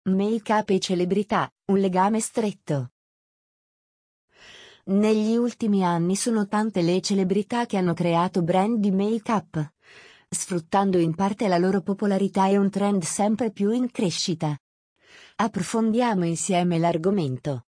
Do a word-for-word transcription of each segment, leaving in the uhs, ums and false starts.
Make-up e celebrità, un legame stretto. Negli ultimi anni sono tante le celebrità che hanno creato brand di make-up, sfruttando in parte la loro popolarità e un trend sempre più in crescita. Approfondiamo insieme l'argomento.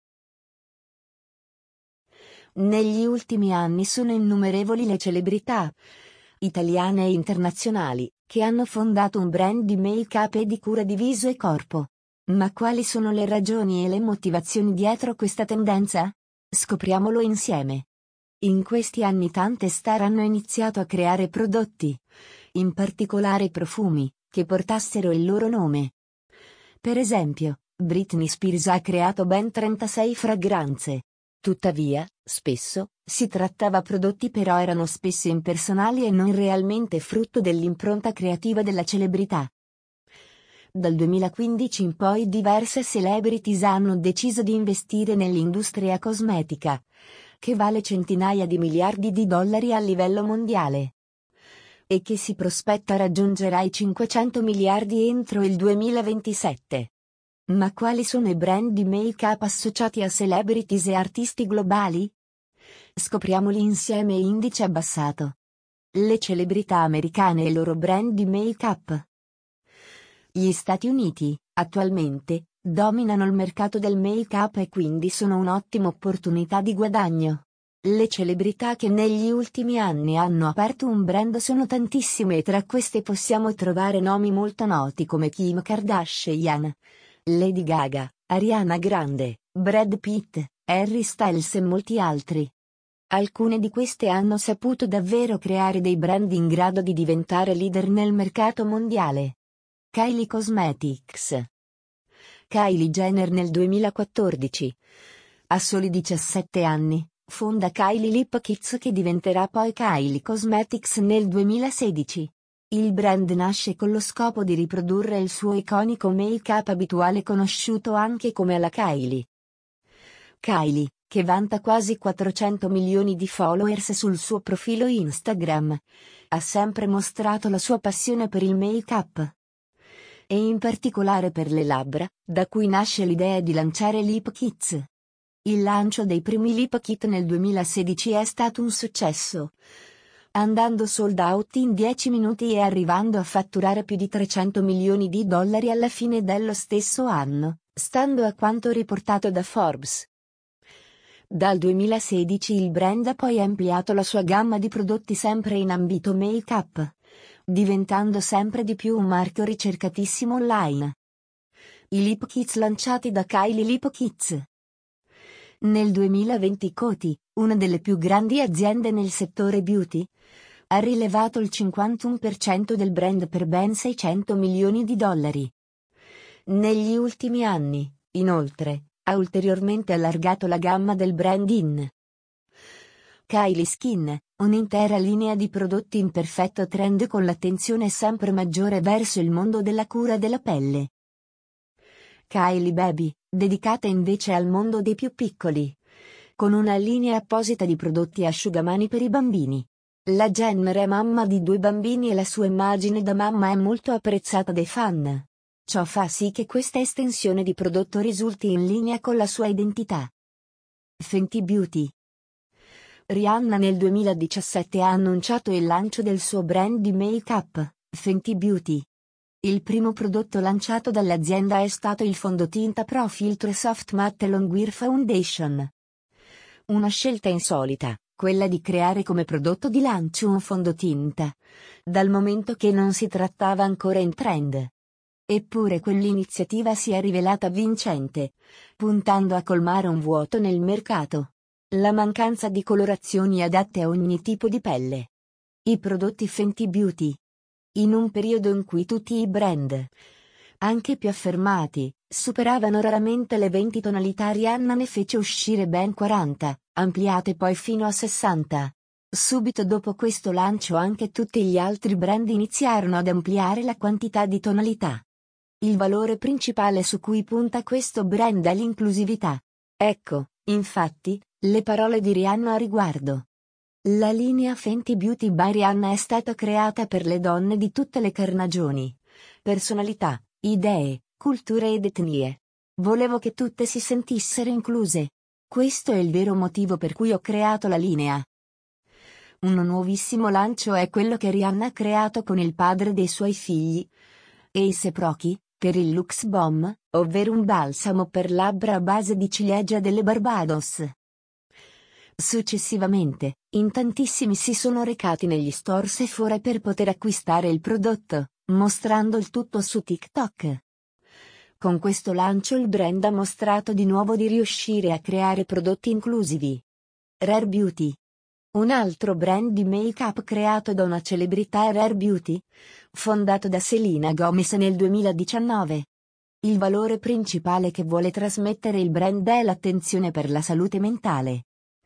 Negli ultimi anni sono innumerevoli le celebrità, italiane e internazionali, che hanno fondato un brand di make-up e di cura di viso e corpo. Ma quali sono le ragioni e le motivazioni dietro questa tendenza? Scopriamolo insieme. In questi anni tante star hanno iniziato a creare prodotti, in particolare profumi, che portassero il loro nome. Per esempio, Britney Spears ha creato ben trentasei fragranze. Tuttavia, spesso, si trattava prodotti però erano spesso impersonali e non realmente frutto dell'impronta creativa della celebrità. Dal duemilaquindici in poi diverse celebrities hanno deciso di investire nell'industria cosmetica, che vale centinaia di miliardi di dollari a livello mondiale e che si prospetta raggiungerà i cinquecento miliardi entro il duemilaventisette. Ma quali sono i brand di make-up associati a celebrities e artisti globali? Scopriamoli insieme. Indice abbassato. Le celebrità americane e i loro brand di make-up. Gli Stati Uniti, attualmente, dominano il mercato del make-up e quindi sono un'ottima opportunità di guadagno. Le celebrità che negli ultimi anni hanno aperto un brand sono tantissime e tra queste possiamo trovare nomi molto noti come Kim Kardashian, Lady Gaga, Ariana Grande, Brad Pitt, Harry Styles e molti altri. Alcune di queste hanno saputo davvero creare dei brand in grado di diventare leader nel mercato mondiale. Kylie Cosmetics. Kylie Jenner nel duemilaquattordici, a soli diciassette anni, fonda Kylie Lip Kits che diventerà poi Kylie Cosmetics nel duemilasedici. Il brand nasce con lo scopo di riprodurre il suo iconico make-up abituale conosciuto anche come alla Kylie. Kylie, che vanta quasi quattrocento milioni di followers sul suo profilo Instagram, ha sempre mostrato la sua passione per il make-up. E in particolare per le labbra, da cui nasce l'idea di lanciare Lip Kits. Il lancio dei primi Lip Kit nel duemilasedici è stato un successo, andando sold out in dieci minuti e arrivando a fatturare più di trecento milioni di dollari alla fine dello stesso anno, stando a quanto riportato da Forbes. Dal duemilasedici il brand ha poi ampliato la sua gamma di prodotti sempre in ambito make-up, diventando sempre di più un marchio ricercatissimo online. I Lip Kits lanciati da Kylie Lip Kits. Nel duemilaventi Coty, una delle più grandi aziende nel settore beauty, ha rilevato il cinquantuno per cento del brand per ben seicento milioni di dollari. Negli ultimi anni, inoltre, ha ulteriormente allargato la gamma del brand in Kylie Skin, un'intera linea di prodotti in perfetto trend con l'attenzione sempre maggiore verso il mondo della cura della pelle. Kylie Baby, dedicata invece al mondo dei più piccoli, con una linea apposita di prodotti asciugamani per i bambini. La Jenner è mamma di due bambini e la sua immagine da mamma è molto apprezzata dai fan. Ciò fa sì che questa estensione di prodotto risulti in linea con la sua identità. Fenty Beauty. Rihanna nel duemiladiciassette ha annunciato il lancio del suo brand di make-up, Fenty Beauty. Il primo prodotto lanciato dall'azienda è stato il fondotinta Pro Filtro Soft Matte Longwear Foundation. Una scelta insolita, quella di creare come prodotto di lancio un fondotinta, dal momento che non si trattava ancora in trend. Eppure quell'iniziativa si è rivelata vincente, puntando a colmare un vuoto nel mercato: la mancanza di colorazioni adatte a ogni tipo di pelle. I prodotti Fenty Beauty. In un periodo in cui tutti i brand, anche più affermati, superavano raramente le venti tonalità, Rihanna ne fece uscire ben quaranta, ampliate poi fino a sessanta. Subito dopo questo lancio anche tutti gli altri brand iniziarono ad ampliare la quantità di tonalità. Il valore principale su cui punta questo brand è l'inclusività. Ecco, infatti, le parole di Rihanna a riguardo. La linea Fenty Beauty by Rihanna è stata creata per le donne di tutte le carnagioni, personalità, idee, culture ed etnie. Volevo che tutte si sentissero incluse. Questo è il vero motivo per cui ho creato la linea. Un nuovissimo lancio è quello che Rihanna ha creato con il padre dei suoi figli, A$ap Rocky, per il Lux Balm, ovvero un balsamo per labbra a base di ciliegia delle Barbados. Successivamente, in tantissimi si sono recati negli store Sephora per poter acquistare il prodotto, mostrando il tutto su TikTok. Con questo lancio il brand ha mostrato di nuovo di riuscire a creare prodotti inclusivi. Rare Beauty. Un altro brand di make-up creato da una celebrità è Rare Beauty, fondato da Selena Gomez nel duemiladiciannove. Il valore principale che vuole trasmettere il brand è l'attenzione per la salute mentale.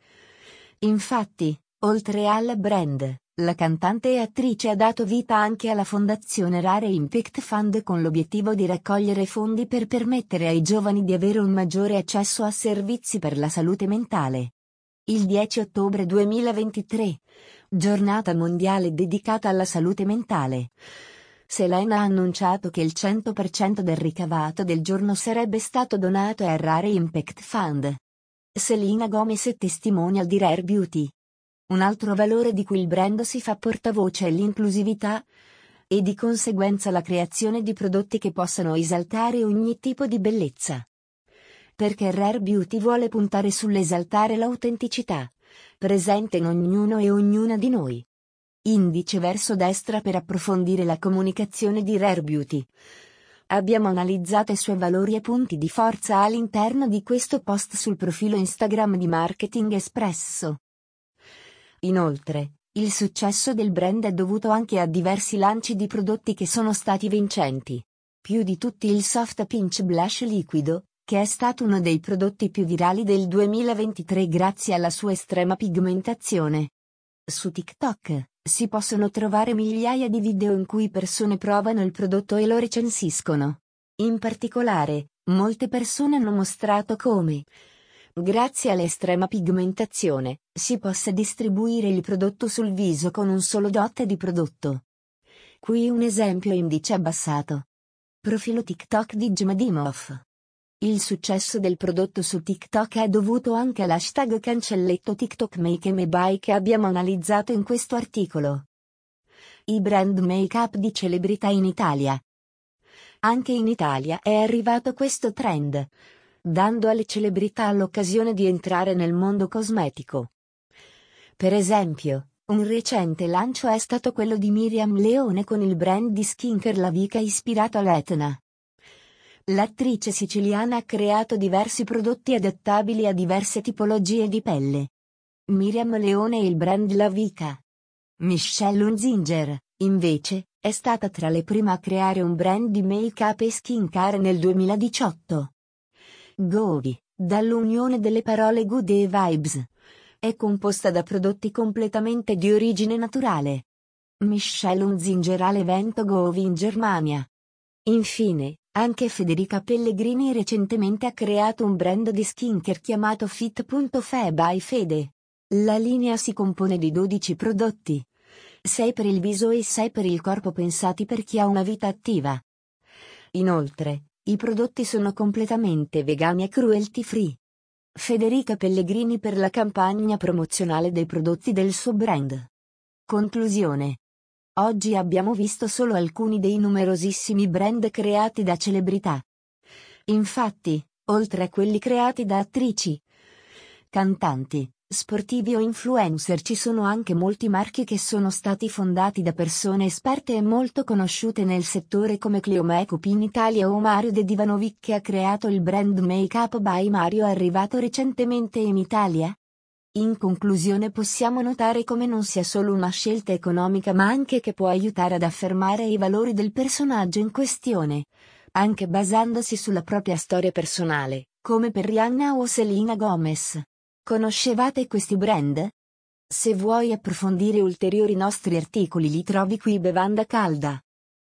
Infatti, oltre al brand, la cantante e attrice ha dato vita anche alla fondazione Rare Impact Fund con l'obiettivo di raccogliere fondi per permettere ai giovani di avere un maggiore accesso a servizi per la salute mentale. Il dieci ottobre duemilaventitré, giornata mondiale dedicata alla salute mentale. Selena ha annunciato che il cento per cento del ricavato del giorno sarebbe stato donato a Rare Impact Fund. Selena Gomez è testimonial di Rare Beauty. Un altro valore di cui il brand si fa portavoce è l'inclusività, e di conseguenza la creazione di prodotti che possano esaltare ogni tipo di bellezza. Perché Rare Beauty vuole puntare sull'esaltare l'autenticità, presente in ognuno e ognuna di noi. Indice verso destra per approfondire la comunicazione di Rare Beauty. Abbiamo analizzato i suoi valori e punti di forza all'interno di questo post sul profilo Instagram di Marketing Espresso. Inoltre, il successo del brand è dovuto anche a diversi lanci di prodotti che sono stati vincenti. Più di tutti il Soft Pinch Blush liquido, che è stato uno dei prodotti più virali del duemilaventitré grazie alla sua estrema pigmentazione. Su TikTok si possono trovare migliaia di video in cui persone provano il prodotto e lo recensiscono. In particolare, molte persone hanno mostrato come, grazie all'estrema pigmentazione, si possa distribuire il prodotto sul viso con un solo dot di prodotto. Qui un esempio indice abbassato. Profilo TikTok di Gmadimov. Il successo del prodotto su TikTok è dovuto anche all'hashtag cancelletto TikTok Make Me Buy che abbiamo analizzato in questo articolo. I brand make-up di celebrità in Italia. Anche in Italia è arrivato questo trend, dando alle celebrità l'occasione di entrare nel mondo cosmetico. Per esempio, un recente lancio è stato quello di Miriam Leone con il brand di skincare La Vica ispirato all'Etna. L'attrice siciliana ha creato diversi prodotti adattabili a diverse tipologie di pelle. Miriam Leone e il brand La Vica. Michelle Hunzinger, invece, è stata tra le prime a creare un brand di make-up e skincare nel duemiladiciotto. Govi, dall'unione delle parole Good e Vibes. È composta da prodotti completamente di origine naturale. Michelle Hunzinger all'evento Govi in Germania. Infine, anche Federica Pellegrini recentemente ha creato un brand di skincare chiamato Fit.fe by Fede. La linea si compone di dodici prodotti. sei per il viso e sei per il corpo pensati per chi ha una vita attiva. Inoltre, i prodotti sono completamente vegani e cruelty free. Federica Pellegrini per la campagna promozionale dei prodotti del suo brand. Conclusione. Oggi abbiamo visto solo alcuni dei numerosissimi brand creati da celebrità. Infatti, oltre a quelli creati da attrici, cantanti, sportivi o influencer ci sono anche molti marchi che sono stati fondati da persone esperte e molto conosciute nel settore come Cleo Makeup in Italia o Mario De Divanovic che ha creato il brand Makeup by Mario arrivato recentemente in Italia. In conclusione possiamo notare come non sia solo una scelta economica ma anche che può aiutare ad affermare i valori del personaggio in questione, anche basandosi sulla propria storia personale, come per Rihanna o Selena Gomez. Conoscevate questi brand? Se vuoi approfondire ulteriori nostri articoli li trovi qui Bevanda Calda.